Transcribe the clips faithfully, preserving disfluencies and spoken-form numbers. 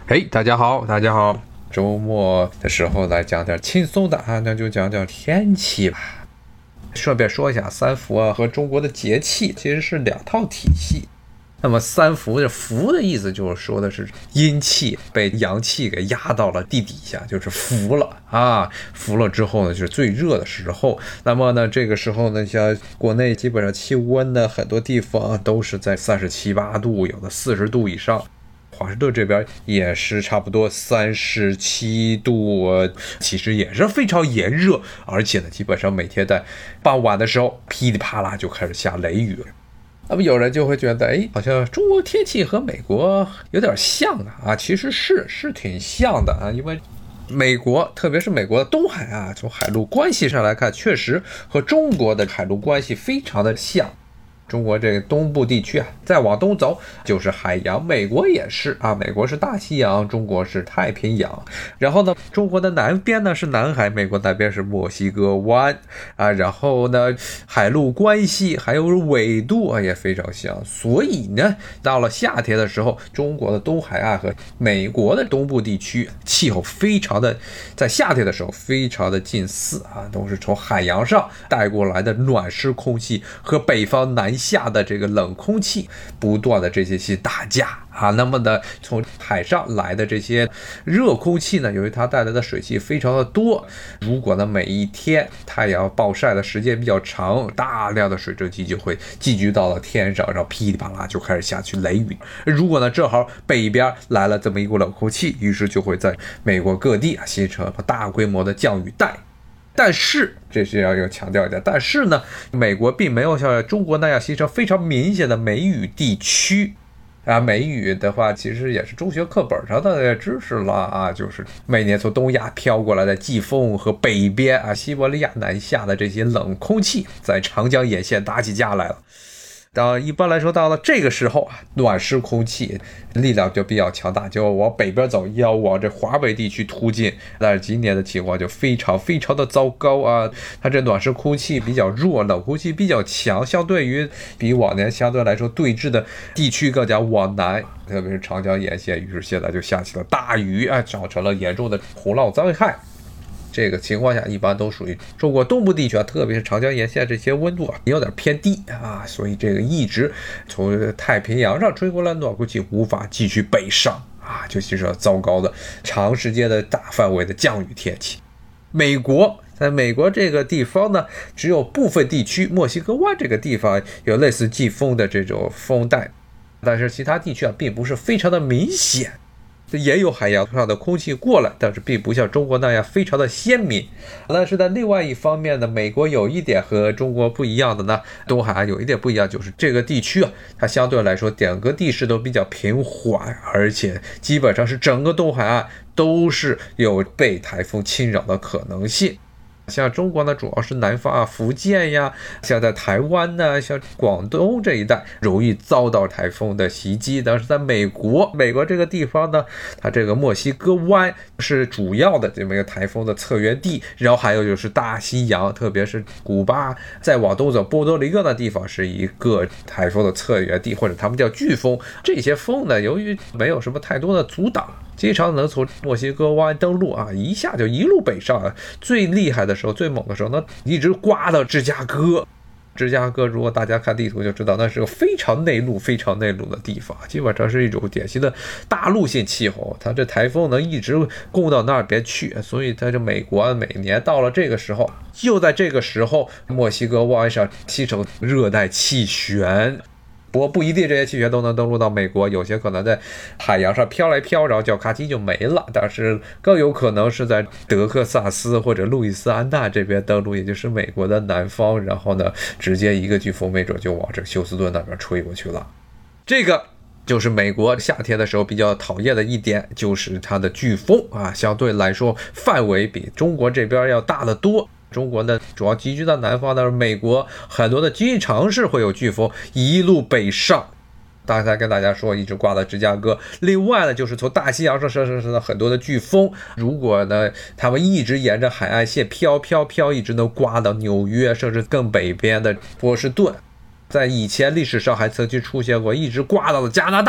嘿，大家好，大家好。周末的时候来讲点轻松的啊，那就讲讲天气吧。顺便说一下，三伏啊和中国的节气其实是两套体系。那么三伏的伏的意思就是说的是阴气被阳气给压到了地底下，就是伏了啊。伏了之后呢，就是最热的时候。那么呢，这个时候呢，像国内基本上气温呢，很多地方都是在三十七八度，有的四十度以上。华盛顿这边也是差不多三十七度，其实也是非常炎热，而且呢，基本上每天在傍晚的时候噼里啪啦就开始下雷雨。那么有人就会觉得，哎，好像中国天气和美国有点像啊啊，其实是是挺像的啊，因为美国，特别是美国的东海啊，从海陆关系上来看，确实和中国的海陆关系非常的像。中国这个东部地区啊，再往东走就是海洋，美国也是啊，美国是大西洋，中国是太平洋。然后呢，中国的南边呢是南海，美国南边是墨西哥湾啊。然后呢，海陆关系还有纬度啊也非常像，所以呢，到了夏天的时候，中国的东海岸和美国的东部地区气候非常的，在夏天的时候非常的近似啊，都是从海洋上带过来的暖湿空气和北方南下的这个冷空气不断的这些去打架啊，那么呢，从海上来的这些热空气呢，由于它带来的水汽非常的多，如果呢每一天太阳暴晒的时间比较长，大量的水蒸气就会聚集到了天上，然后噼里啪啦就开始下去雷雨。如果呢正好北边来了这么一股冷空气，于是就会在美国各地啊形成大规模的降雨带。但是这是要要强调一下，但是呢，美国并没有像中国那样形成非常明显的梅雨地区啊。梅雨的话，其实也是中学课本上的知识了啊，就是每年从东亚飘过来的季风和北边啊西伯利亚南下的这些冷空气，在长江沿线打起架来了。当一般来说到了这个时候啊，暖湿空气力量就比较强大，就往北边走，要往这华北地区突进。但是今年的情况就非常非常的糟糕啊，它这暖湿空气比较弱，冷空气比较强，相对于比往年相对来说对峙的地区更加往南，特别是长江沿线，于是现在就下起了大雨啊，造成了严重的洪涝灾害。这个情况下一般都属于中国东部地区啊，特别是长江沿线这些温度啊有点偏低啊，所以这个一直从太平洋上吹过来暖空气无法继续北上啊，就形成了糟糕的长时间的大范围的降雨天气。美国在美国这个地方呢，只有部分地区，墨西哥湾这个地方有类似季风的这种风带，但是其他地区啊并不是非常的明显。也有海洋上的空气过来，但是并不像中国那样非常的鲜明。但是在另外一方面呢，美国有一点和中国不一样的呢，东海岸有一点不一样，就是这个地区啊，它相对来说整个地势都比较平缓，而且基本上是整个东海岸都是有被台风侵扰的可能性。像中国呢，主要是南方啊，福建呀，像在台湾呢，像广东这一带容易遭到台风的袭击。但是在美国，美国这个地方呢，它这个墨西哥湾是主要的这么一个台风的策源地，然后还有就是大西洋，特别是古巴，再往东走波多黎各的地方是一个台风的策源地，或者他们叫飓风。这些风呢，由于没有什么太多的阻挡，经常能从墨西哥湾登陆啊，一下就一路北上啊。最厉害的时候，最猛的时候呢，一直刮到芝加哥。芝加哥如果大家看地图就知道，那是个非常内陆非常内陆的地方，基本上是一种典型的大陆性气候，它这台风能一直攻到那边去，所以它这美国每年到了这个时候，就在这个时候墨西哥湾上形成热带气旋。不过不一定这些气旋都能登陆到美国，有些可能在海洋上飘来飘，然后叫咔叽就没了，但是更有可能是在德克萨斯或者路易斯安那这边登陆，也就是美国的南方，然后呢直接一个飓风没准就往这个休斯顿那边吹过去了。这个就是美国夏天的时候比较讨厌的一点，就是它的飓风啊，相对来说范围比中国这边要大得多。中国呢主要集聚到南方，但是美国很多的经济城市会有飓风一路北上。刚才跟大家说一直刮到芝加哥，另外呢就是从大西洋上生生了很多的飓风，如果呢他们一直沿着海岸线飘飘飘，一直能刮到纽约，甚至更北边的波士顿。在以前历史上还曾经出现过一直刮到了加拿大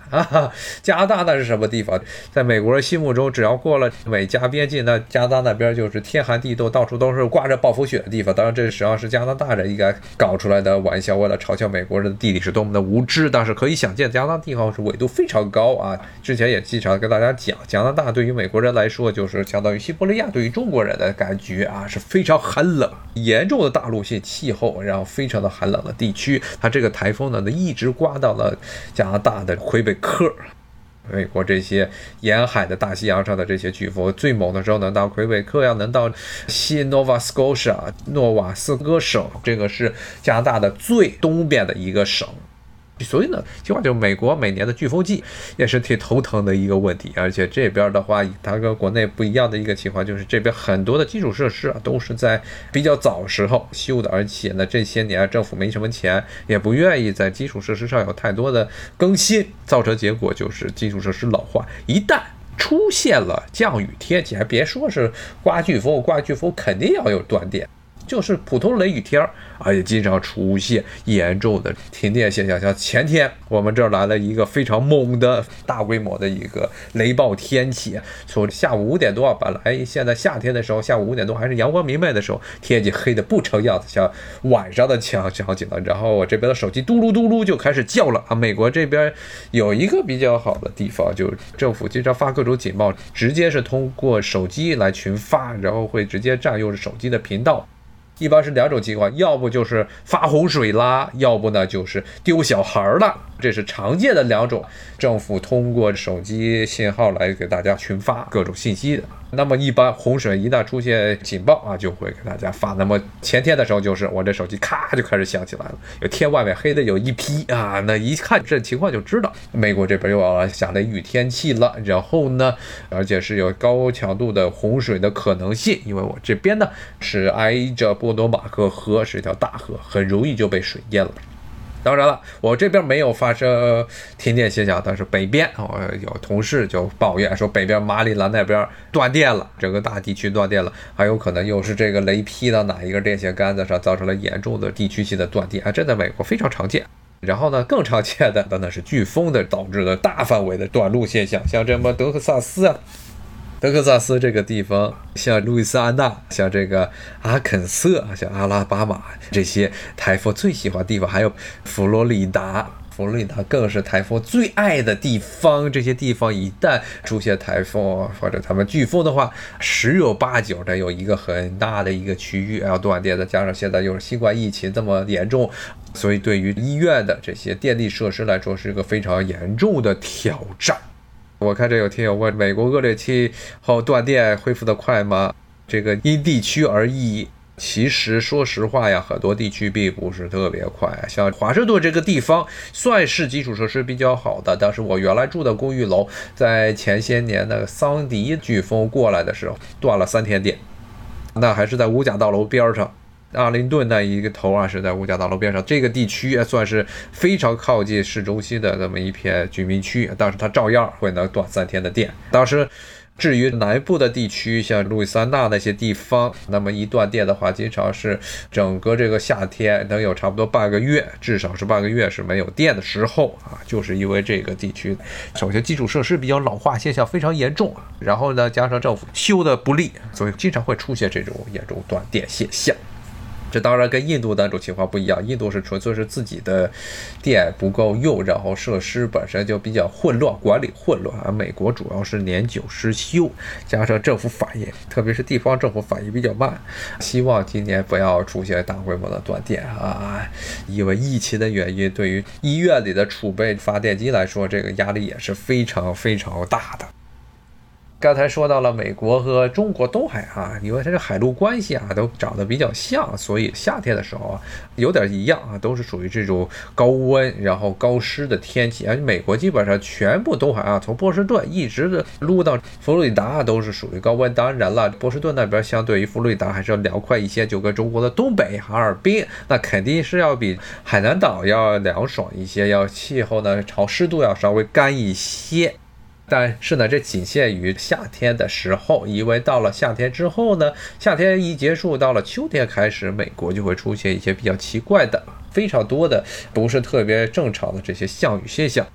啊，加拿大那是什么地方？在美国人心目中，只要过了美加边境，那加拿大那边就是天寒地冻，到处都是刮着暴风雪的地方。当然，这实际上是加拿大人应该搞出来的玩笑，为了嘲笑美国人的地理是多么的无知。但是可以想见，加拿大地方是纬度非常高啊。之前也经常跟大家讲，加拿大对于美国人来说，就是相当于西伯利亚对于中国人的感觉啊，是非常寒冷、严重的大陆性气候，然后非常的寒冷的地区。它这个台风呢，一直刮到了加拿大的魁北克。美国这些沿海的大西洋上的这些飓风，最猛的时候能到魁北克呀，能到西 Nova Scotia 诺瓦斯哥省，这个是加拿大的最东边的一个省。所以呢，尽管就美国每年的飓风季也是挺头疼的一个问题，而且这边的话，它跟国内不一样的一个情况就是，这边很多的基础设施啊都是在比较早时候修的，而且呢这些年政府没什么钱，也不愿意在基础设施上有太多的更新，造成结果就是基础设施老化。一旦出现了降雨天气，还别说是刮飓风，刮飓风肯定要有断电。就是普通雷雨天，而且经常出现严重的停电现象。像前天我们这儿来了一个非常猛的大规模的一个雷暴天气，从下午五点多，本来现在夏天的时候下午五点多还是阳光明媚的时候，天气黑的不成样子，像晚上的强场景了。然后我这边的手机嘟噜嘟噜就开始叫了啊！美国这边有一个比较好的地方，就是政府经常发各种警报，直接是通过手机来群发，然后会直接占用手机的频道。一般是两种情况，要不就是发洪水啦，要不呢就是丢小孩了，这是常见的两种政府通过手机信号来给大家群发各种信息的。那么一般洪水一旦出现警报啊，就会给大家发。那么前天的时候，就是我这手机咔就开始响起来了，有天外面黑的有一批啊，那一看这情况就知道美国这边又要下雷雨天气了。然后呢，而且是有高强度的洪水的可能性，因为我这边呢是挨着波多马克河，是一条大河，很容易就被水淹了。当然了，我这边没有发生停电现象，但是北边我有同事就抱怨说，北边马里兰那边断电了，整个大地区断电了，还有可能又是这个雷劈到哪一根电线杆子上，造成了严重的地区性的断电啊，这在美国非常常见。然后呢，更常见的那是飓风的导致的大范围的短路现象，像这么德克萨斯啊。德克萨斯这个地方，像路易斯安那，像这个阿肯色，像阿拉巴马这些台风最喜欢的地方，还有佛罗里达，佛罗里达更是台风最爱的地方。这些地方一旦出现台风或者他们飓风的话，十有八九得有一个很大的一个区域要断电，再加上现在又是新冠疫情这么严重，所以对于医院的这些电力设施来说是一个非常严重的挑战。我看这有听友问，美国恶劣气候断电恢复得快吗？这个因地区而异。其实说实话呀，很多地区并不是特别快。像华盛顿这个地方算是基础设施比较好的，但是我原来住的公寓楼在前些年的桑迪飓风过来的时候断了三天电，那还是在五甲大楼边上。阿灵顿那一个头啊，是在五甲大楼边上，这个地区算是非常靠近市中心的这么一片居民区，但是它照样会能断三天的电。当时至于南部的地区，像路易斯安那那些地方，那么一断电的话，经常是整个这个夏天能有差不多半个月，至少是半个月是没有电的时候啊，就是因为这个地区首先基础设施比较老化现象非常严重，然后呢加上政府修的不利，所以经常会出现这种严重断电现象。这当然跟印度那种情况不一样，印度是纯粹是自己的电不够用，然后设施本身就比较混乱，管理混乱。而美国主要是年久失修，加上政府反应，特别是地方政府反应比较慢。希望今年不要出现大规模的断电啊！因为疫情的原因，对于医院里的储备发电机来说，这个压力也是非常非常大的。刚才说到了美国和中国东海啊，因为它这海陆关系啊都长得比较像，所以夏天的时候啊有点一样啊，都是属于这种高温然后高湿的天气。而美国基本上全部东海啊，从波士顿一直的撸到佛罗里达都是属于高温。当然了，波士顿那边相对于佛罗里达还是要凉快一些，就跟中国的东北哈尔滨那肯定是要比海南岛要凉爽一些，要气候呢潮湿度要稍微干一些。但是呢，这仅限于夏天的时候，因为到了夏天之后呢，夏天一结束，到了秋天开始，美国就会出现一些比较奇怪的、非常多的不是特别正常的这些降雨现象。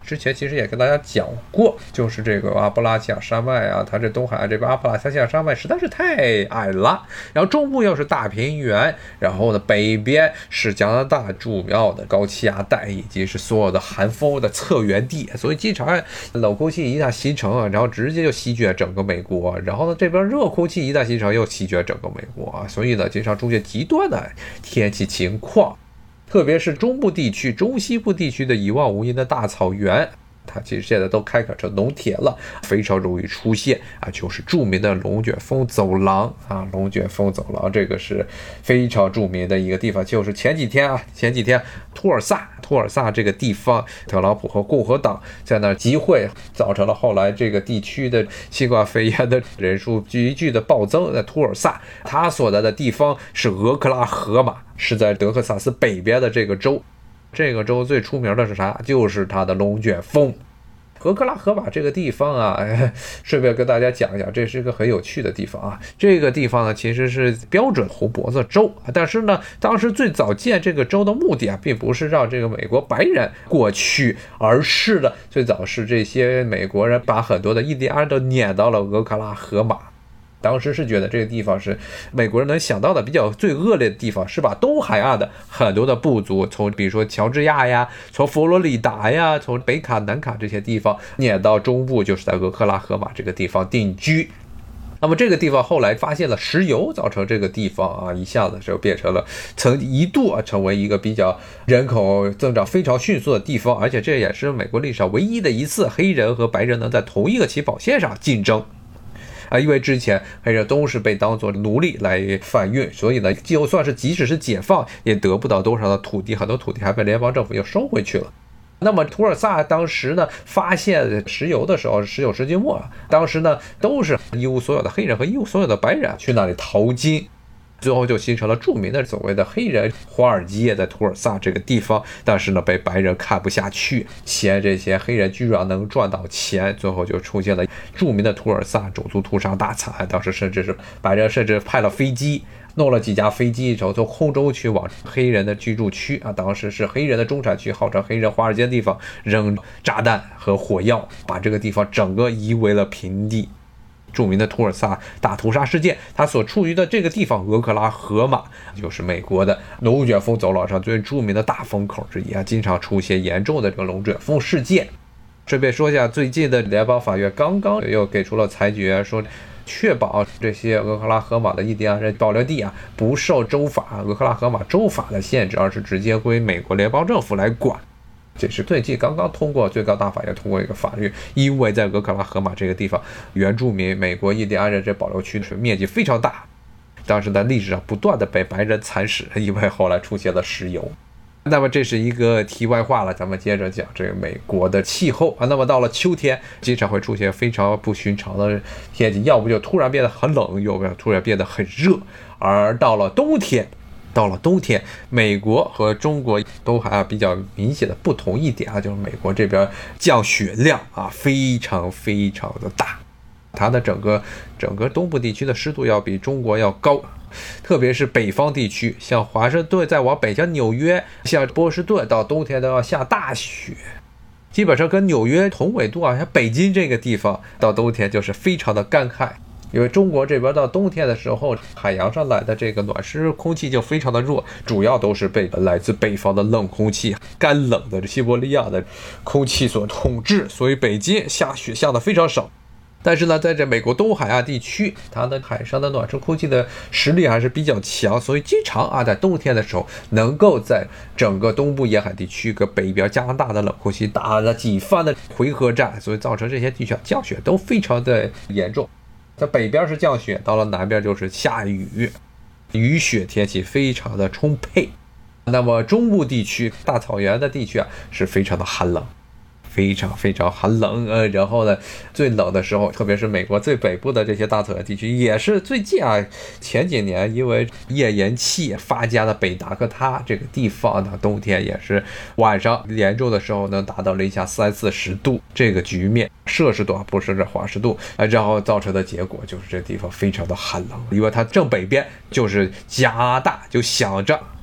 之前其实也跟大家讲过，就是这个阿布拉契亚山脉啊，它这东海岸这边阿布拉契亚山脉实在是太矮了，然后中部又是大平原，然后呢北边是加拿大主要的高气压带以及是所有的寒风的策源地，所以经常冷空气一旦形成啊，然后直接就席卷整个美国，然后呢这边热空气一旦形成又席卷整个美国啊，所以呢经常出现极端的天气情况。特别是中部地区、中西部地区的一望无垠的大草原，它其实现在都开垦成农田了，非常容易出现啊，就是著名的龙卷风走廊啊，龙卷风走廊这个是非常著名的一个地方，就是前几天啊，前几天托尔萨，托尔萨这个地方，特朗普和共和党在那集会，造成了后来这个地区的新冠肺炎的人数急剧的暴增。在托尔萨，他所在的地方是俄克拉荷马，是在德克萨斯北边的这个州。这个州最出名的是啥？就是它的龙卷风。俄克拉荷马这个地方啊，哎，顺便跟大家讲一讲，这是一个很有趣的地方啊。这个地方呢，其实是标准红脖子州，但是呢，当时最早建这个州的目的啊，并不是让这个美国白人过去，而是呢，最早是这些美国人把很多的印第安人都撵到了俄克拉荷马。当时是觉得这个地方是美国人能想到的比较最恶劣的地方，是把东海岸的很多的部族，从比如说乔治亚呀，从佛罗里达呀，从北卡、南卡这些地方撵到中部，就是在俄克拉荷马这个地方定居。那么这个地方后来发现了石油，造成这个地方啊一下子就变成了曾一度啊成为一个比较人口增长非常迅速的地方，而且这也是美国历史上唯一的一次黑人和白人能在同一个起跑线上竞争。啊，因为之前黑人都是被当作奴隶来贩运，所以呢，就算是即使是解放，也得不到多少的土地，很多土地还被联邦政府又收回去了。那么图尔萨当时呢发现石油的时候，十九世纪末，当时呢都是一无所有的黑人和一无所有的白人去那里淘金。最后就形成了著名的所谓的黑人华尔街，在图尔萨这个地方，但是呢被白人看不下去，嫌这些黑人居然能赚到钱，最后就出现了著名的图尔萨种族屠杀大惨。当时甚至是白人甚至派了飞机，弄了几架飞机，然后从空中去往黑人的居住区啊，当时是黑人的中产区，号称黑人华尔街的地方，扔炸弹和火药，把这个地方整个夷为了平地。著名的图尔萨大屠杀事件，它所处于的这个地方俄克拉荷马，就是美国的龙卷风走廊上最著名的大风口之一啊，经常出现严重的这个龙卷风事件。顺便说一下，最近的联邦法院刚刚又给出了裁决，说确保这些俄克拉荷马的印第安人保留地啊不受州法俄克拉荷马州法的限制，而是直接归美国联邦政府来管。这是最近刚刚通过最高大法院通过一个法律，因为在俄克拉荷马这个地方，原住民美国印第安人这保留区的面积非常大，当时在历史上不断的被白人蚕食，因为后来出现了石油。那么这是一个题外话了，咱们接着讲这个美国的气候啊。那么到了秋天，经常会出现非常不寻常的天气，要不就突然变得很冷，要不就突然变得很热。而到了冬天，到了冬天，美国和中国都还比较明显的不同一点啊，就是美国这边降雪量啊非常非常的大，它的整个整个东部地区的湿度要比中国要高，特别是北方地区，像华盛顿再往北，像纽约、像波士顿，到冬天都要下大雪。基本上跟纽约同纬度啊，像北京这个地方，到冬天就是非常的干旱。因为中国这边到冬天的时候，海洋上来的这个暖湿空气就非常的弱，主要都是被来自北方的冷空气、干冷的西伯利亚的空气所统治，所以北京下雪下的非常少。但是呢，在这美国东海岸地区，它的海上的暖湿空气的实力还是比较强，所以经常啊，在冬天的时候，能够在整个东部沿海地区跟北边加拿大的冷空气打了几番的回合战，所以造成这些地区降雪都非常的严重。在北边是降雪，到了南边就是下雨，雨雪天气非常的充沛。那么中部地区大草原的地区啊，是非常的寒冷，非常非常寒冷。呃，然后呢，最冷的时候，特别是美国最北部的这些大草原地区，也是最近啊，前几年因为页岩气发家的北达科他这个地方呢，冬天也是晚上严重的时候能达到零下三四十度这个局面，摄氏度啊，不是这华氏度，然后造成的结果就是这地方非常的寒冷，因为它正北边就是加拿大，就想着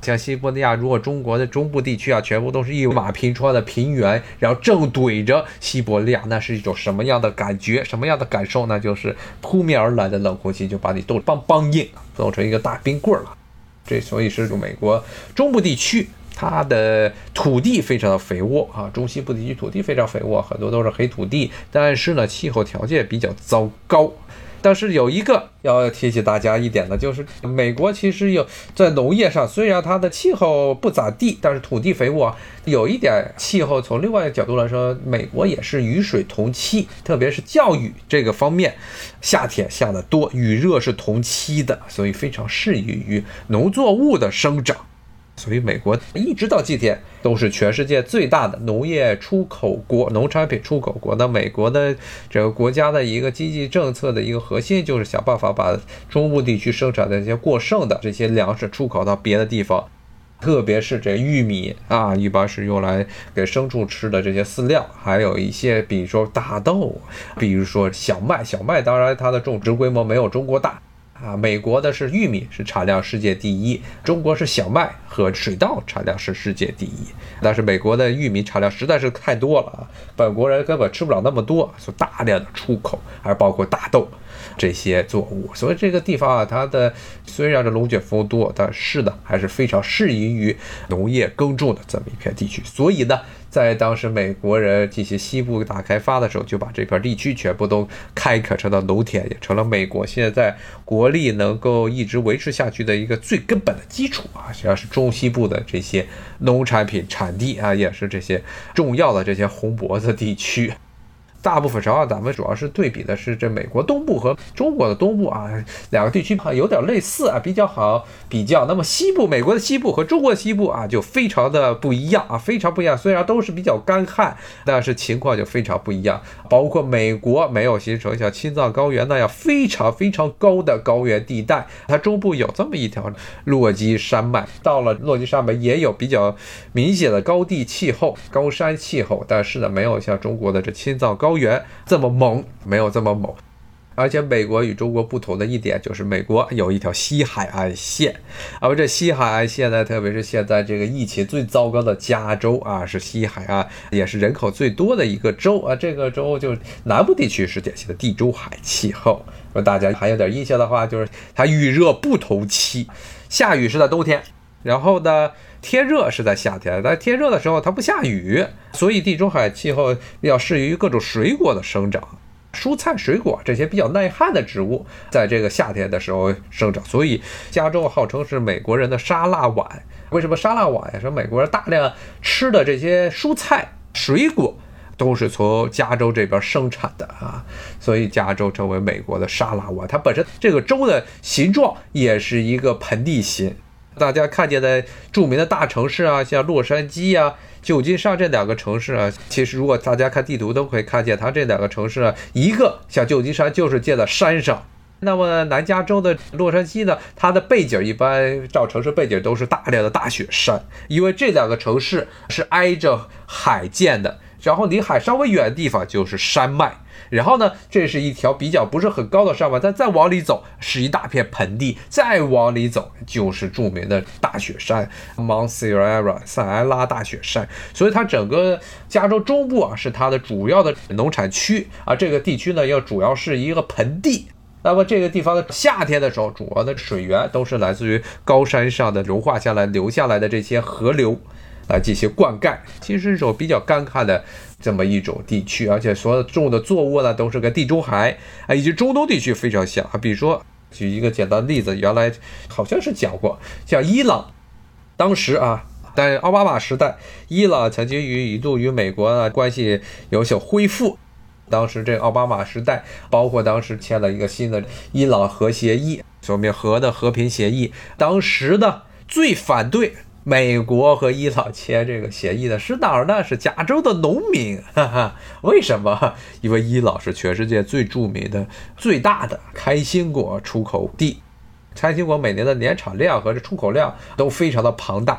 像西伯利亚，如果中国的中部地区啊，全部都是一马平川的平原，然后正对着西伯利亚，那是一种什么样的感觉？什么样的感受呢？就是扑面而来的冷空气就把你冻梆梆硬，冻成一个大冰棍了。这所以是美国中部地区，它的土地非常的肥沃啊，中西部地区土地非常肥沃，很多都是黑土地，但是呢，气候条件比较糟糕。但是有一个要提醒大家一点的，就是美国其实有在农业上，虽然它的气候不咋地，但是土地肥沃，有一点气候从另外一个角度来说，美国也是雨水同期，特别是降雨这个方面，夏天下的多，雨热是同期的，所以非常适宜于农作物的生长。所以美国一直到今天都是全世界最大的农业出口国，农产品出口国。那美国的这个国家的一个经济政策的一个核心，就是想办法把中部地区生产的这些过剩的这些粮食出口到别的地方，特别是这玉米啊，一般是用来给牲畜吃的这些饲料，还有一些比如说大豆，比如说小麦，小麦当然它的种植规模没有中国大。啊，美国的是玉米是产量世界第一，中国是小麦和水稻产量是世界第一，但是美国的玉米产量实在是太多了啊，本国人根本吃不了那么多，所以大量的出口，还包括大豆这些作物。所以这个地方啊，它的虽然是龙卷风多，但是呢还是非常适宜于农业耕种的这么一片地区。所以呢，在当时美国人进行西部大开发的时候，就把这片地区全部都开垦成了农田，也成了美国现在国力能够一直维持下去的一个最根本的基础啊。实际上是中西部的这些农产品产地啊，也是这些重要的这些红脖子地区。大部分时候咱们主要是对比的是这美国东部和中国的东部啊，两个地区有点类似啊，比较好比较。那么西部，美国的西部和中国的西部啊，就非常的不一样啊，非常不一样。虽然都是比较干旱，但是情况就非常不一样。包括美国没有形成像青藏高原那样非常非常高的高原地带，它中部有这么一条落基山脉，到了落基山脉也有比较明显的高地气候、高山气候，但是呢，没有像中国的这青藏高原这么猛，没有这么猛。而且美国与中国不同的一点就是美国有一条西海岸线，而这西海岸线呢，特别是现在这个疫情最糟糕的加州啊，是西海岸也是人口最多的一个州啊。这个州就南部地区是典型的地中海气候，如果大家还有点印象的话，就是它雨热不同期，下雨是在冬天，然后呢天热是在夏天，但天热的时候它不下雨，所以地中海气候比较适宜于各种水果的生长，蔬菜水果这些比较耐旱的植物在这个夏天的时候生长。所以加州号称是美国人的沙拉碗。为什么沙拉碗呀？说美国人大量吃的这些蔬菜水果都是从加州这边生产的啊，所以加州成为美国的沙拉碗。它本身这个州的形状也是一个盆地形，大家看见的著名的大城市啊，像洛杉矶啊、旧金山这两个城市啊，其实如果大家看地图都可以看见，它这两个城市啊，一个像旧金山就是建在山上，那么南加州的洛杉矶呢，它的背景一般照城市背景都是大量的大雪山，因为这两个城市是挨着海建的，然后离海稍微远的地方就是山脉，然后呢，这是一条比较不是很高的山脉，但再往里走是一大片盆地，再往里走就是著名的大雪山 Mount Sierra 塞埃拉大雪山。所以它整个加州中部啊是它的主要的农产区啊，这个地区呢要主要是一个盆地。那么这个地方的夏天的时候，主要的水源都是来自于高山上的融化下来流下来的这些河流来进行灌溉，其实是一种比较干旱的这么一种地区，而且所有种的作物呢都是跟地中海啊以及中东地区非常像啊。比如说举一个简单的例子，原来好像是讲过，像伊朗，当时啊在奥巴马时代，伊朗曾经与一度与美国的关系有所恢复。当时这个奥巴马时代，包括当时签了一个新的伊朗核协议，说明核的和平协议。当时呢，最反对美国和伊朗签这个协议的是哪儿呢？是加州的农民。哈哈，为什么？因为伊朗是全世界最著名的、最大的开心果出口地，开心果每年的年产量和这出口量都非常的庞大。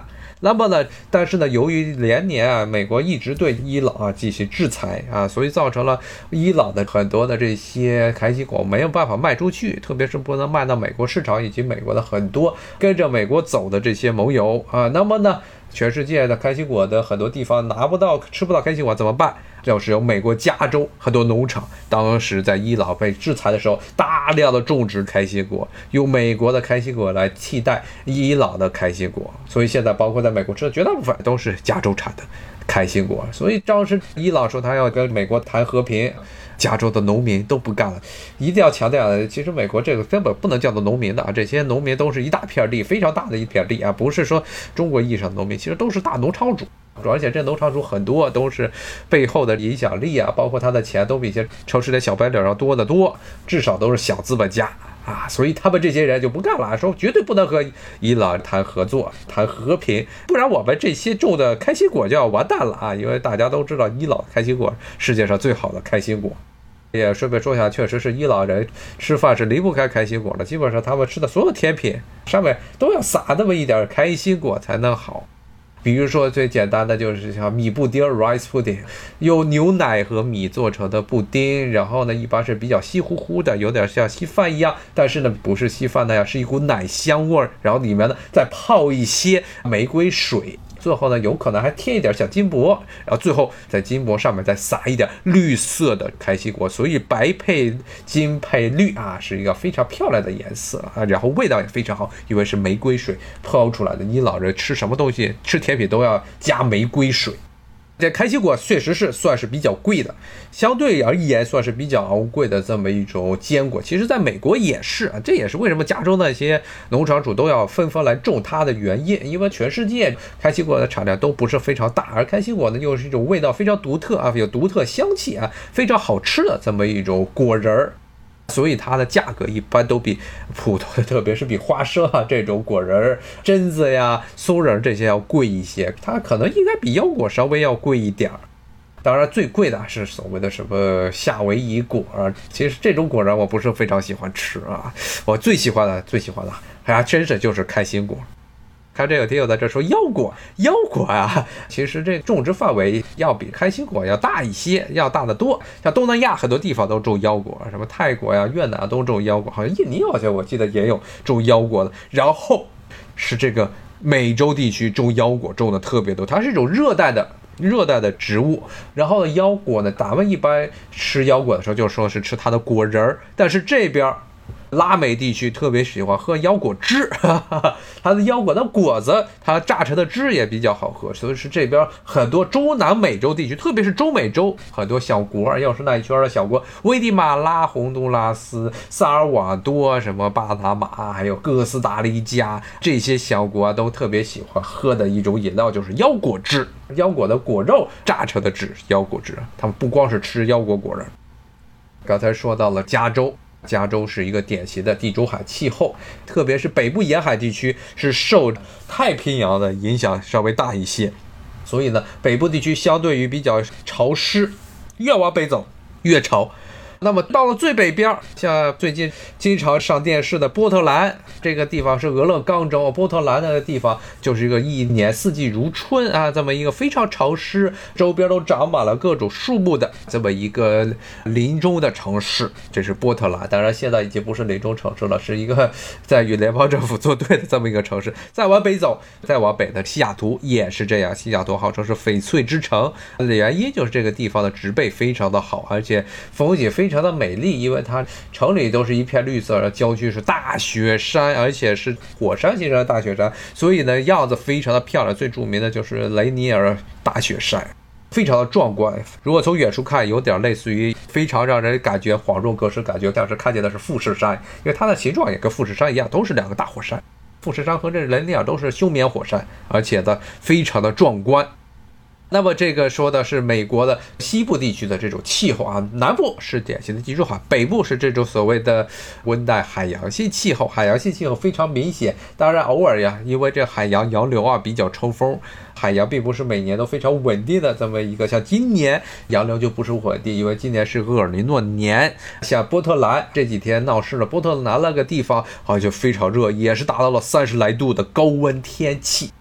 那么呢，但是呢，由于连年啊，美国一直对伊朗啊进行制裁啊，所以造成了伊朗的很多的这些开心果没有办法卖出去，特别是不能卖到美国市场以及美国的很多跟着美国走的这些盟友啊。那么呢，全世界的开心果的很多地方拿不到、吃不到开心果怎么办？就是有美国加州很多农场，当时在伊朗被制裁的时候，大量的种植开心果，用美国的开心果来替代伊朗的开心果，所以现在包括在美国吃的绝大部分都是加州产的开心果。所以当时伊朗说他要跟美国谈和平，加州的农民都不干了。一定要强调，其实美国这个根本不能叫做农民的啊，这些农民都是一大片地，非常大的一片地啊，不是说中国意义上的农民，其实都是大农场主。而且这农场主很多都是背后的影响力啊，包括他的钱都比一些城市的小白领要多得多，至少都是小资本家啊，所以他们这些人就不干了，说绝对不能和伊朗谈合作、谈和平，不然我们这些种的开心果就要完蛋了啊！因为大家都知道，伊朗开心果世界上最好的开心果。也顺便说一下，确实是伊朗人吃饭是离不开开心果的，基本上他们吃的所有甜品上面都要撒那么一点开心果才能好。比如说最简单的就是像米布丁 rice pudding， 用牛奶和米做成的布丁，然后呢一般是比较稀乎乎的，有点像稀饭一样，但是呢不是稀饭那样，是一股奶香味儿，然后里面呢再泡一些玫瑰水，最后呢有可能还贴一点小金箔，然后最后在金箔上面再撒一点绿色的开心果，所以白配金配绿啊，是一个非常漂亮的颜色啊，然后味道也非常好，因为是玫瑰水泡出来的。伊朗人吃什么东西吃甜品都要加玫瑰水。这开心果确实是算是比较贵的，相对而言算是比较昂贵的这么一种坚果。其实在美国也是啊，这也是为什么加州那些农场主都要纷纷来种它的原因，因为全世界开心果的产量都不是非常大，而开心果呢又是一种味道非常独特啊，有独特香气啊，非常好吃的这么一种果仁儿。所以它的价格一般都比普通的，特别是比花生啊这种果仁、榛子呀、松仁这些要贵一些，它可能应该比腰果稍微要贵一点儿。当然最贵的是所谓的什么夏威夷果，其实这种果仁我不是非常喜欢吃啊，我最喜欢的最喜欢的还真是就是开心果。看这个听友在这说腰果，腰果啊，其实这种植范围要比开心果要大一些，要大得多。像东南亚很多地方都种腰果，什么泰国呀、越南都种腰果，好像印尼好像我记得也有种腰果的。然后是这个美洲地区种腰果种的特别多，它是一种热带的热带的植物。然后呢，腰果呢，咱们一般吃腰果的时候就说是吃它的果仁儿，但是这边拉美地区特别喜欢喝腰果汁，哈哈，它的腰果的果子，它榨成的汁也比较好喝，所以是这边很多中南美洲地区，特别是中美洲很多小国，要是那一圈的小国，危地马拉、洪都拉斯、萨尔瓦多、什么巴拿马，还有哥斯达黎加这些小国啊，都特别喜欢喝的一种饮料就是腰果汁，腰果的果肉榨成的汁，腰果汁。他们不光是吃腰果果仁。刚才说到了加州。加州是一个典型的地中海气候，特别是北部沿海地区是受太平洋的影响稍微大一些，所以呢，北部地区相对于比较潮湿，越往北走越潮。那么到了最北边，像最近经常上电视的波特兰这个地方是俄勒冈州，波特兰那个地方就是一个一年四季如春啊，这么一个非常潮湿，周边都长满了各种树木的这么一个林中的城市，这是波特兰。当然现在已经不是林中城市了，是一个在与联邦政府作对的这么一个城市。再往北走，再往北的西雅图也是这样，西雅图号称是翡翠之城，原因就是这个地方的植被非常的好，而且风景非常非常的美丽，因为它城里都是一片绿色，郊区是大雪山，而且是火山形成的大雪山，所以呢样子非常的漂亮。最著名的就是雷尼尔大雪山，非常的壮观。如果从远处看，有点类似于非常让人感觉恍若隔世，感觉像是看见的是富士山，因为它的形状也跟富士山一样，都是两个大火山。富士山和这雷尼尔都是休眠火山，而且呢非常的壮观。那么这个说的是美国的西部地区的这种气候啊，南部是典型的地中海，北部是这种所谓的温带海洋性气候，海洋性气候非常明显。当然偶尔呀，因为这海洋洋流啊比较冲锋，海洋并不是每年都非常稳定的这么一个，像今年洋流就不是稳定，因为今年是厄尔尼诺年。像波特兰这几天闹事了，波特兰那个地方好像就非常热，也是达到了三十来度的高温天气。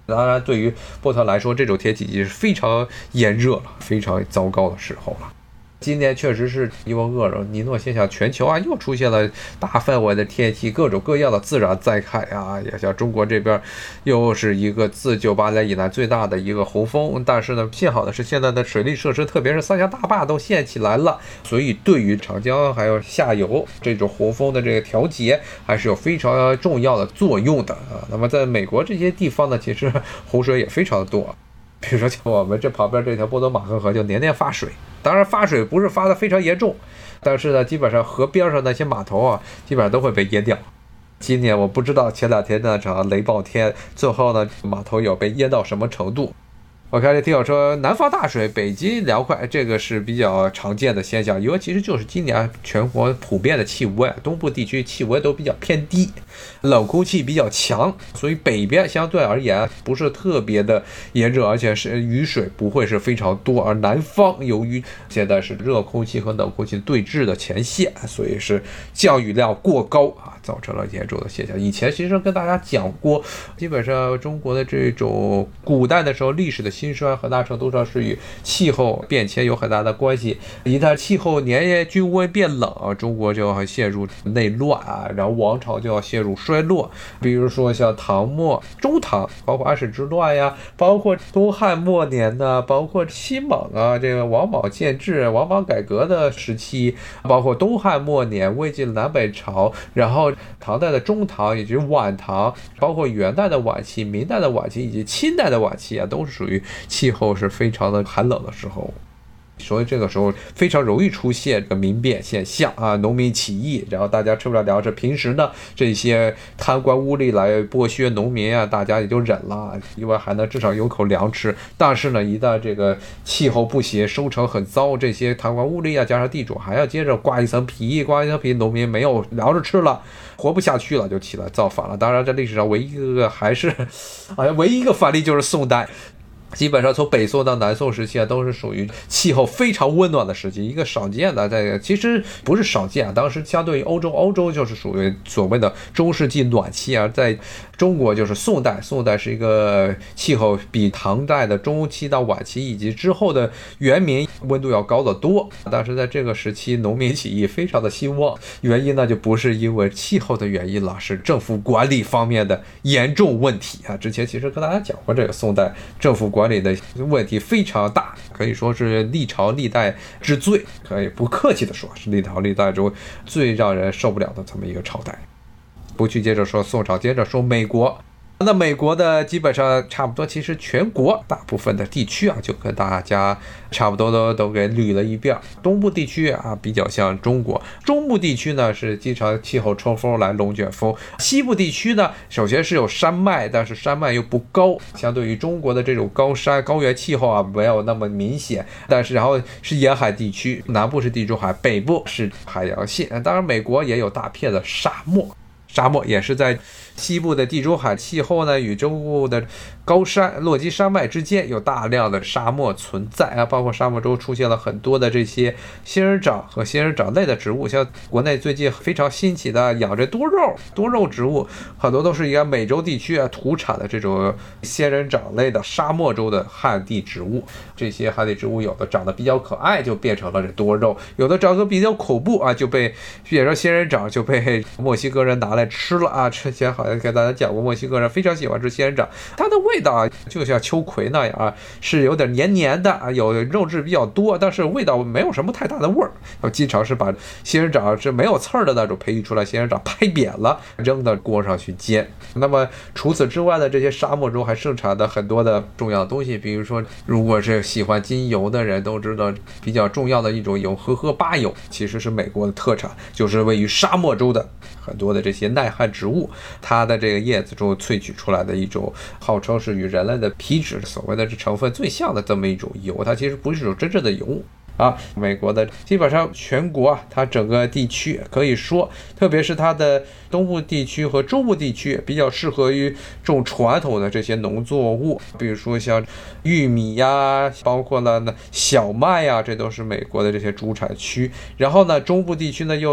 当然，对于波特来说，这种天气已经是非常炎热了，非常糟糕的时候了。今年确实是因为厄尔尼诺现象，全球啊又出现了大范围的天气，各种各样的自然灾害啊，也像中国这边又是一个自九八年以来最大的一个洪峰。但是呢，幸好的是现在的水利设施，特别是三峡大坝都建起来了，所以对于长江还有下游这种洪峰的这个调节还是有非常重要的作用的啊。那么在美国这些地方呢，其实洪水也非常的多。比如说像我们这旁边这条波多马克河就年年发水，当然发水不是发的非常严重，但是呢基本上河边上那些码头啊基本上都会被淹掉。今年我不知道前两天那场雷暴天最后呢码头有被淹到什么程度。我看这听友说南方大水北京凉快，这个是比较常见的现象，因为其实就是今年全国普遍的气温，东部地区气温都比较偏低，冷空气比较强，所以北边相对而言不是特别的炎热，而且是雨水不会是非常多，而南方由于现在是热空气和冷空气对峙的前线，所以是降雨量过高啊，造成了严重的现象。以前其实跟大家讲过，基本上中国的这种古代的时候历史的兴衰很大程度上是与气候变迁有很大的关系。一旦气候年夜均温变冷，中国就要陷入内乱啊，然后王朝就要陷入衰落。比如说像唐末、中唐，包括安史之乱呀，包括东汉末年呢，包括西莽啊，这个王莽建制、王莽改革的时期，包括东汉末年、魏晋南北朝，然后唐代的中唐以及晚唐，包括元代的晚期、明代的晚期以及清代的晚期啊，都是属于气候是非常的寒冷的时候。所以这个时候非常容易出现这个民变现象啊，农民起义，然后大家吃不了粮食。平时呢，这些贪官污吏来剥削农民啊，大家也就忍了，因为还能至少有口粮吃。但是呢，一旦这个气候不行，收成很糟，这些贪官污吏啊，加上地主还要接着刮一层皮，刮一层皮，农民没有粮食吃了，活不下去了，就起来造反了。当然，在历史上唯一一个还是，好像唯一一个反例就是宋代。基本上从北宋到南宋时期啊，都是属于气候非常温暖的时期，一个少见的，在其实不是少见啊，当时相对于欧洲，欧洲就是属于所谓的中世纪暖期啊，在中国就是宋代，宋代是一个气候比唐代的中期到晚期以及之后的元明温度要高得多。但是在这个时期，农民起义非常的兴旺，原因呢就不是因为气候的原因了，是政府管理方面的严重问题啊。之前其实跟大家讲过，这个宋代政府管理的问题非常大，可以说是历朝历代之最，可以不客气的说是历朝历代中最让人受不了的这么一个朝代。不去接着说宋朝，接着说美国。那美国的基本上差不多，其实全国大部分的地区啊，就跟大家差不多都都给捋了一遍。东部地区啊，比较像中国；中部地区呢，是经常气候冲锋来龙卷风；西部地区呢，首先是有山脉，但是山脉又不高，相对于中国的这种高山高原气候啊，没有那么明显。但是然后是沿海地区，南部是地中海，北部是海洋线。当然，美国也有大片的沙漠。沙漠也是在西部的地中海气候呢，与中部的高山落基山脉之间有大量的沙漠存在啊，包括沙漠中出现了很多的这些仙人掌和仙人掌类的植物，像国内最近非常兴起的养着多肉多肉植物，很多都是一个美洲地区啊土产的这种仙人掌类的沙漠州的旱地植物。这些旱地植物有的长得比较可爱，就变成了这多肉；有的长得比较恐怖啊，就被变成仙人掌，就被墨西哥人拿来吃了啊。之前好像跟大家讲过，墨西哥人非常喜欢吃仙人掌，它的味道啊就像秋葵那样啊，是有点黏黏的啊，有肉质比较多，但是味道没有什么太大的味儿。我经常是把仙人掌是没有刺儿的那种培育出来仙人掌拍扁了，扔到锅上去煎。那么除此之外的这些沙漠中还盛产的很多的重要的东西，比如说如果是喜欢精油的人都知道，比较重要的一种油荷荷巴油其实是美国的特产，就是位于沙漠州的很多的这些耐旱植物，它的这个叶子中萃取出来的一种号称是与人类的皮脂所谓的成分最像的这么一种油，它其实不是一种真正的油啊。美国的基本上全国啊，它整个地区可以说，特别是它的东部地区和中部地区比较适合于种传统的这些农作物，比如说像玉米呀，包括了小麦呀，这都是美国的这些主产区。然后呢，中部地区呢又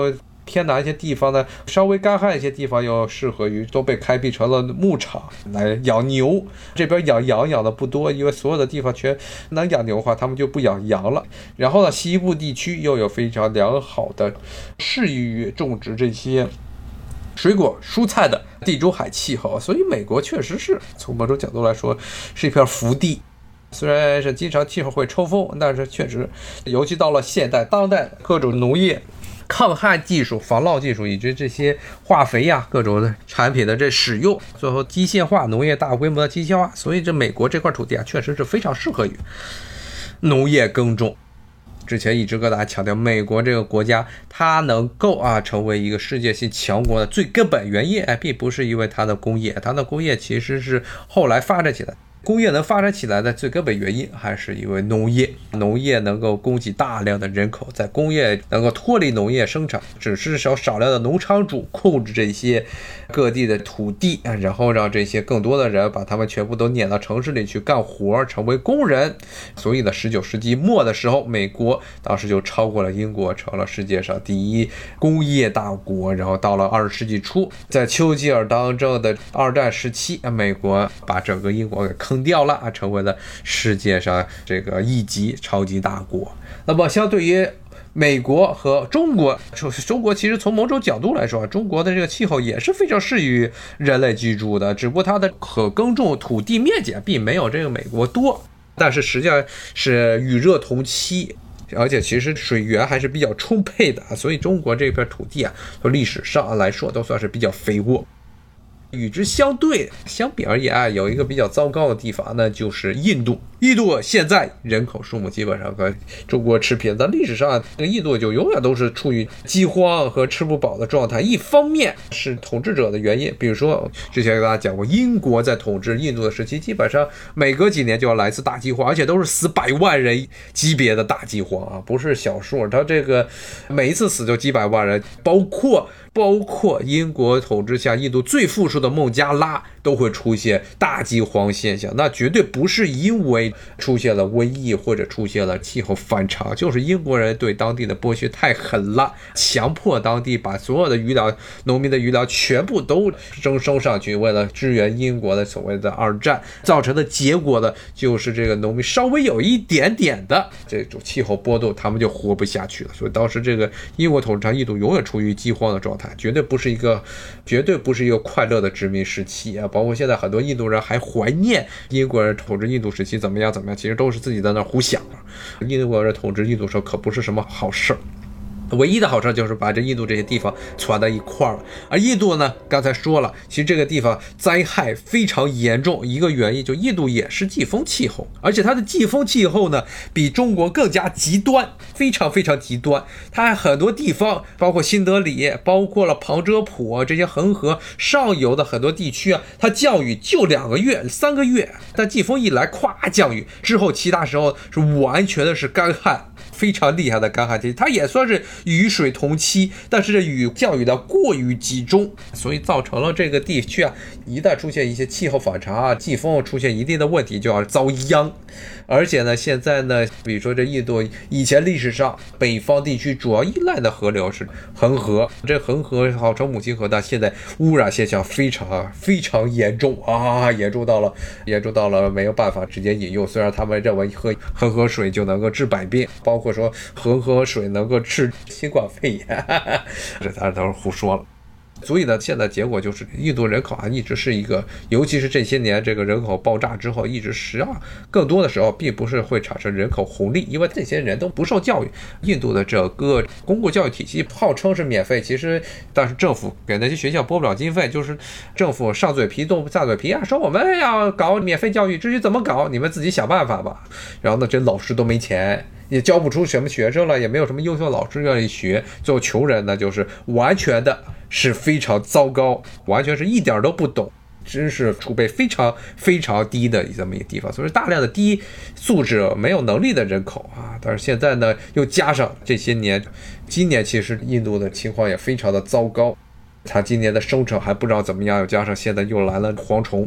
偏南一些地方呢，稍微干旱一些地方又适合于都被开辟成了牧场来养牛。这边养羊养的不多，因为所有的地方全能养牛的话，他们就不养羊了。然后呢，西部地区又有非常良好的适于种植这些水果蔬菜的地中海气候，所以美国确实是从某种角度来说是一片福地。虽然是经常气候会抽风，但是确实尤其到了现代当代，各种农业抗旱技术、防涝技术以及这些化肥呀、各种的产品的这使用，最后机械化农业大规模的机械化，所以这美国这块土地啊，确实是非常适合于农业耕种。之前一直跟大家强调，美国这个国家它能够啊成为一个世界性强国的最根本原因，哎，并不是因为它的工业，它的工业其实是后来发展起来。工业能发展起来的最根本原因还是因为农业，农业能够供给大量的人口，在工业能够脱离农业生产，只是少少量的农场主控制这些各地的土地，然后让这些更多的人把他们全部都撵到城市里去干活，成为工人。所以呢，十九世纪末的时候，美国当时就超过了英国，成了世界上第一工业大国。然后到了二十世纪初，在丘吉尔当政的二战时期，美国把整个英国给坑掉了啊，成为了世界上这个一级超级大国。那么相对于美国和中国，中国其实从某种角度来说，中国的这个气候也是非常适于人类居住的，只不过它的可耕种土地面积并没有这个美国多，但是实际上是雨热同期，而且其实水源还是比较充沛的，所以中国这片土地啊，从历史上来说都算是比较肥沃。与之相对相比而言啊，有一个比较糟糕的地方，那就是印度。印度现在人口数目基本上和中国持平，但历史上这个印度就永远都是处于饥荒和吃不饱的状态。一方面是统治者的原因，比如说之前跟大家讲过，英国在统治印度的时期，基本上每隔几年就要来一次大饥荒，而且都是死百万人级别的大饥荒啊，不是小数。他这个每一次死就几百万人，包括包括英国统治下印度最富庶的孟加拉都会出现大饥荒现象。那绝对不是因为出现了瘟疫或者出现了气候反常，就是英国人对当地的剥削太狠了，强迫当地把所有的余粮农民的余粮全部都征收上去，为了支援英国的所谓的二战，造成的结果呢，就是这个农民稍微有一点点的这种气候波动，他们就活不下去了。所以当时这个英国统治印度永远处于饥荒的状态，绝对不是一个绝对不是一个快乐的殖民时期啊！包括现在很多印度人还怀念英国人统治印度时期怎么样怎么样，其实都是自己在那胡想。英国人统治印度时候可不是什么好事儿。唯一的好处就是把这印度这些地方攒到一块了。而印度呢，刚才说了，其实这个地方灾害非常严重，一个原因就印度也是季风气候，而且它的季风气候呢比中国更加极端，非常非常极端。它很多地方，包括新德里，包括了旁遮普这些恒河上游的很多地区啊，它降雨就两个月、三个月，但季风一来，咵降雨之后，其他时候是完全的是干旱。非常厉害的干旱期，它也算是雨水同期，但是这雨降雨的过于集中，所以造成了这个地区啊，一旦出现一些气候反常啊，季风出现一定的问题，就要遭殃。而且呢，现在呢，比如说这印度以前历史上北方地区主要依赖的河流是恒河，这恒河号称母亲河，但现在污染现象非常非常严重啊，严重到了严重到了没有办法直接饮用。虽然他们认为喝恒河水就能够治百病，包括说恒河水能够治新冠肺炎，这当然都是胡说了。所以呢，现在结果就是印度人口啊，一直是一个，尤其是这些年这个人口爆炸之后，一直实际上更多的时候并不是会产生人口红利，因为这些人都不受教育。印度的整个公共教育体系号称是免费，其实但是政府给那些学校拨不了经费，就是政府上嘴皮动下嘴皮啊，说我们要搞免费教育，至于怎么搞，你们自己想办法吧。然后呢，这老师都没钱，也教不出什么学生了，也没有什么优秀老师愿意学，最后穷人呢就是完全的是非常糟糕，完全是一点都不懂，知识储备非常非常低的这么一个地方，所以大量的低素质没有能力的人口啊。但是现在呢，又加上这些年，今年其实印度的情况也非常的糟糕，他今年的收成还不知道怎么样，又加上现在又来了蝗虫。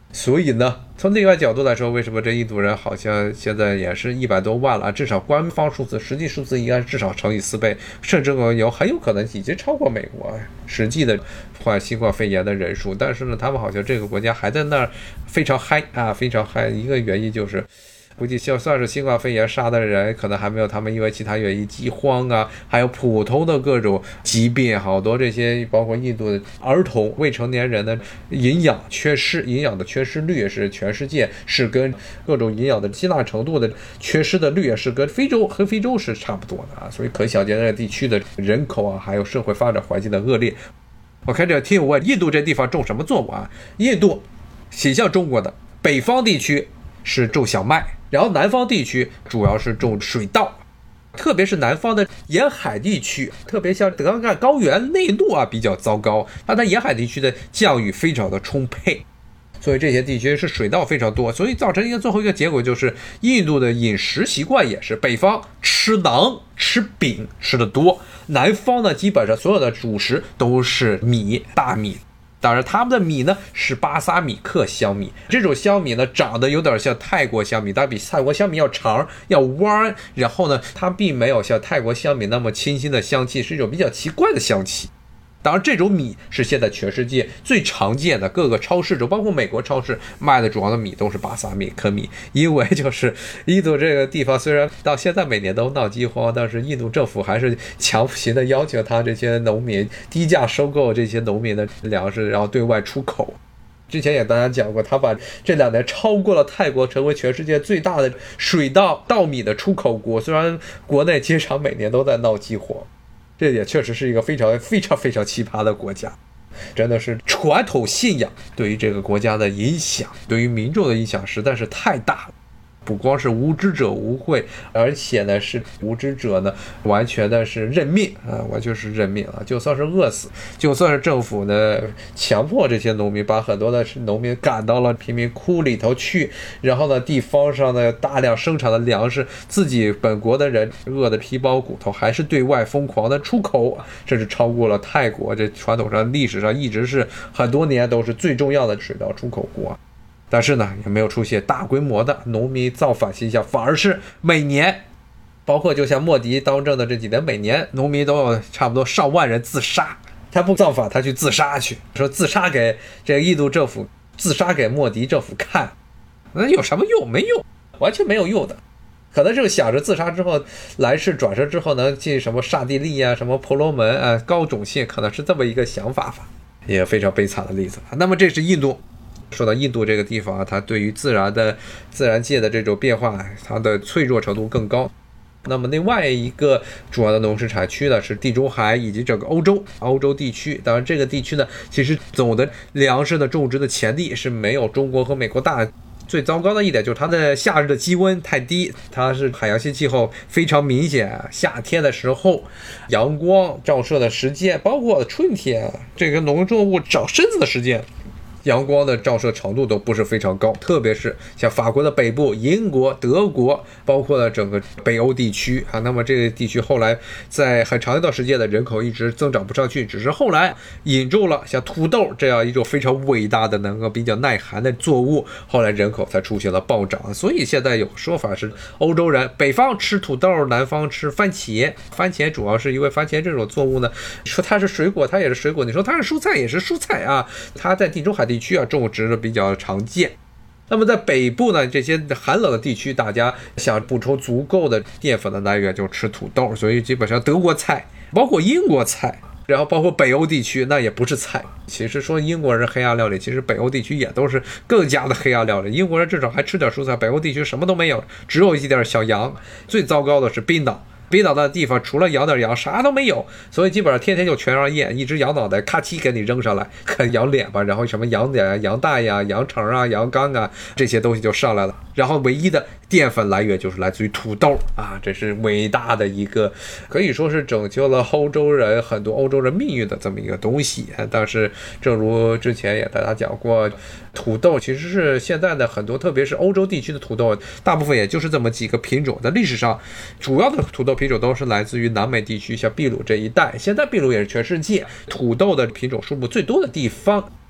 所以呢，从另外角度来说，为什么这印度人好像现在也是一百多万了？至少官方数字，实际数字应该至少乘以四倍，甚至有很有可能已经超过美国实际的患新冠肺炎的人数。但是呢，他们好像这个国家还在那儿非常嗨啊，非常嗨。一个原因就是，估计就算是新冠肺炎杀的人，可能还没有他们因为其他原因饥荒啊，还有普通的各种疾病，好多这些包括印度的儿童、未成年人的营养缺失，营养的缺失率是全世界是跟各种营养的吸纳程度的缺失的率是跟非洲和非洲是差不多的啊，所以可想见这个地区的人口啊，还有社会发展环境的恶劣。我看这听我问，印度这地方种什么作物啊？印度挺像中国的，北方地区是种小麦。然后南方地区主要是种水稻，特别是南方的沿海地区，特别像德干高原内陆啊比较糟糕，它的沿海地区的降雨非常的充沛，所以这些地区是水稻非常多，所以造成一个最后一个结果就是印度的饮食习惯也是，北方吃馕吃饼吃的多，南方呢基本上所有的主食都是米大米。当然他们的米呢是巴萨米克香米，这种香米呢长得有点像泰国香米，但比泰国香米要长要弯，然后呢它并没有像泰国香米那么清新的香气，是一种比较奇怪的香气。当然这种米是现在全世界最常见的，各个超市中包括美国超市卖的主要的米都是巴萨米克米，因为就是印度这个地方虽然到现在每年都闹饥荒，但是印度政府还是强行的要求他这些农民低价收购这些农民的粮食，然后对外出口。之前也大家讲过，他把这两年超过了泰国，成为全世界最大的水稻稻米的出口国，虽然国内经常每年都在闹饥荒，这也确实是一个非常非常非常奇葩的国家，真的是传统信仰对于这个国家的影响，对于民众的影响实在是太大了。不光是无知者无畏，而且呢是无知者呢完全的是认命啊，我就是认命了，就算是饿死，就算是政府呢强迫这些农民把很多的农民赶到了贫民窟里头去，然后呢地方上的大量生产的粮食，自己本国的人饿得皮包骨头，还是对外疯狂的出口，甚至超过了泰国，这传统上历史上一直是很多年都是最重要的水稻出口国。但是呢，也没有出现大规模的农民造反现象，反而是每年，包括就像莫迪当政的这几年，每年农民都有差不多上万人自杀。他不造反，他去自杀去，说自杀给这个印度政府，自杀给莫迪政府看，那有什么用？没用，完全没有用的。可能就是想着自杀之后，来世转生之后能进什么刹帝利啊，什么婆罗门啊，高种姓，可能是这么一个想法吧，也非常悲惨的例子。那么这是印度。说到印度这个地方啊，它对于自然的自然界的这种变化，它的脆弱程度更高。那么另外一个主要的农事产区呢是地中海以及整个欧洲欧洲地区。当然这个地区呢其实总的粮食的种植的潜力是没有中国和美国大。最糟糕的一点就是它的夏日的气温太低，它是海洋性气候非常明显，夏天的时候阳光照射的时间，包括春天这个农作物长身子的时间，阳光的照射程度都不是非常高，特别是像法国的北部、英国、德国，包括了整个北欧地区啊。那么这个地区后来在很长一段时间的人口一直增长不上去，只是后来引入了像土豆这样一种非常伟大的能够比较耐寒的作物，后来人口才出现了暴涨。所以现在有说法是欧洲人北方吃土豆，南方吃番茄。番茄主要是因为番茄这种作物呢，说它是水果它也是水果，你说它是蔬菜也是蔬菜啊，它在地中海地区啊种植的比较常见。那么在北部呢，这些寒冷的地区，大家想补充足够的淀粉的来源就吃土豆，所以基本上德国菜，包括英国菜，然后包括北欧地区，那也不是菜。其实说英国人黑暗料理，其实北欧地区也都是更加的黑暗料理。英国人至少还吃点蔬菜，北欧地区什么都没有，只有一点小羊。最糟糕的是冰岛。冰岛的地方除了养点羊啥都没有，所以基本上天天就全让宴，一只羊脑袋咔嚓给你扔上来，羊脸吧，然后什么羊脸啊、羊大呀、羊肠啊、羊肝啊，这些东西就上来了。然后唯一的淀粉来源就是来自于土豆啊，这是伟大的一个，可以说是拯救了欧洲人很多欧洲人命运的这么一个东西。但是正如之前也大家讲过，土豆其实是现在的很多，特别是欧洲地区的土豆，大部分也就是这么几个品种。在历史上，主要的土豆品种都是来自于南美地区，像秘鲁这一带。现在秘鲁也是全世界土豆的品种数目最多的地方。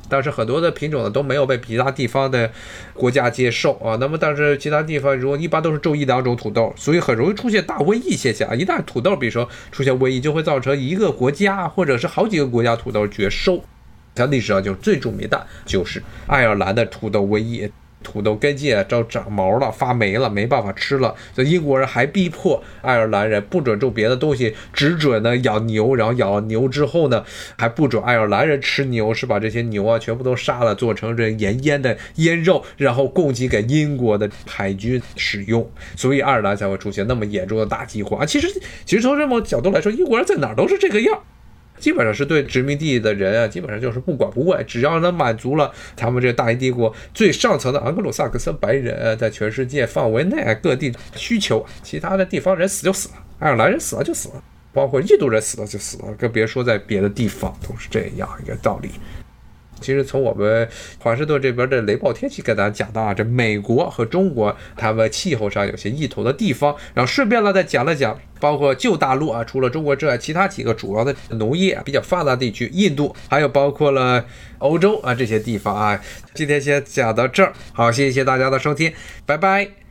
但是很多的品种呢都没有被其他地方的国家接受啊。那么但是其他地方如果一般都是种一两种土豆，所以很容易出现大瘟疫现象。一旦土豆比如说出现瘟疫，就会造成一个国家或者是好几个国家土豆绝收。像历史上就最著名的就是爱尔兰的土豆瘟疫，土豆根茎都长毛了，发霉了，没办法吃了，所以英国人还逼迫爱尔兰人不准种别的东西，只准呢养牛，然后养了牛之后呢，还不准爱尔兰人吃牛，是把这些牛啊全部都杀了，做成这盐腌的腌肉，然后供给给英国的海军使用，所以爱尔兰才会出现那么严重的大饥荒。其实，其实从这么角度来说，英国人在哪儿都是这个样。基本上是对殖民地的人啊，基本上就是不管不问，只要能满足了他们这大英帝国最上层的昂格鲁萨克森白人在全世界范围内各地需求，其他的地方人死就死了，爱尔兰人死了就死了，包括印度人死了就死了，更别说在别的地方，都是这样一个道理。其实从我们华盛顿这边的雷暴天气跟大家讲到啊，这美国和中国他们气候上有些异同的地方，然后顺便呢再讲了讲包括旧大陆啊，除了中国之外其他几个主要的农业比较发达地区，印度还有包括了欧洲啊这些地方啊。今天先讲到这儿，好，谢谢大家的收听，拜拜。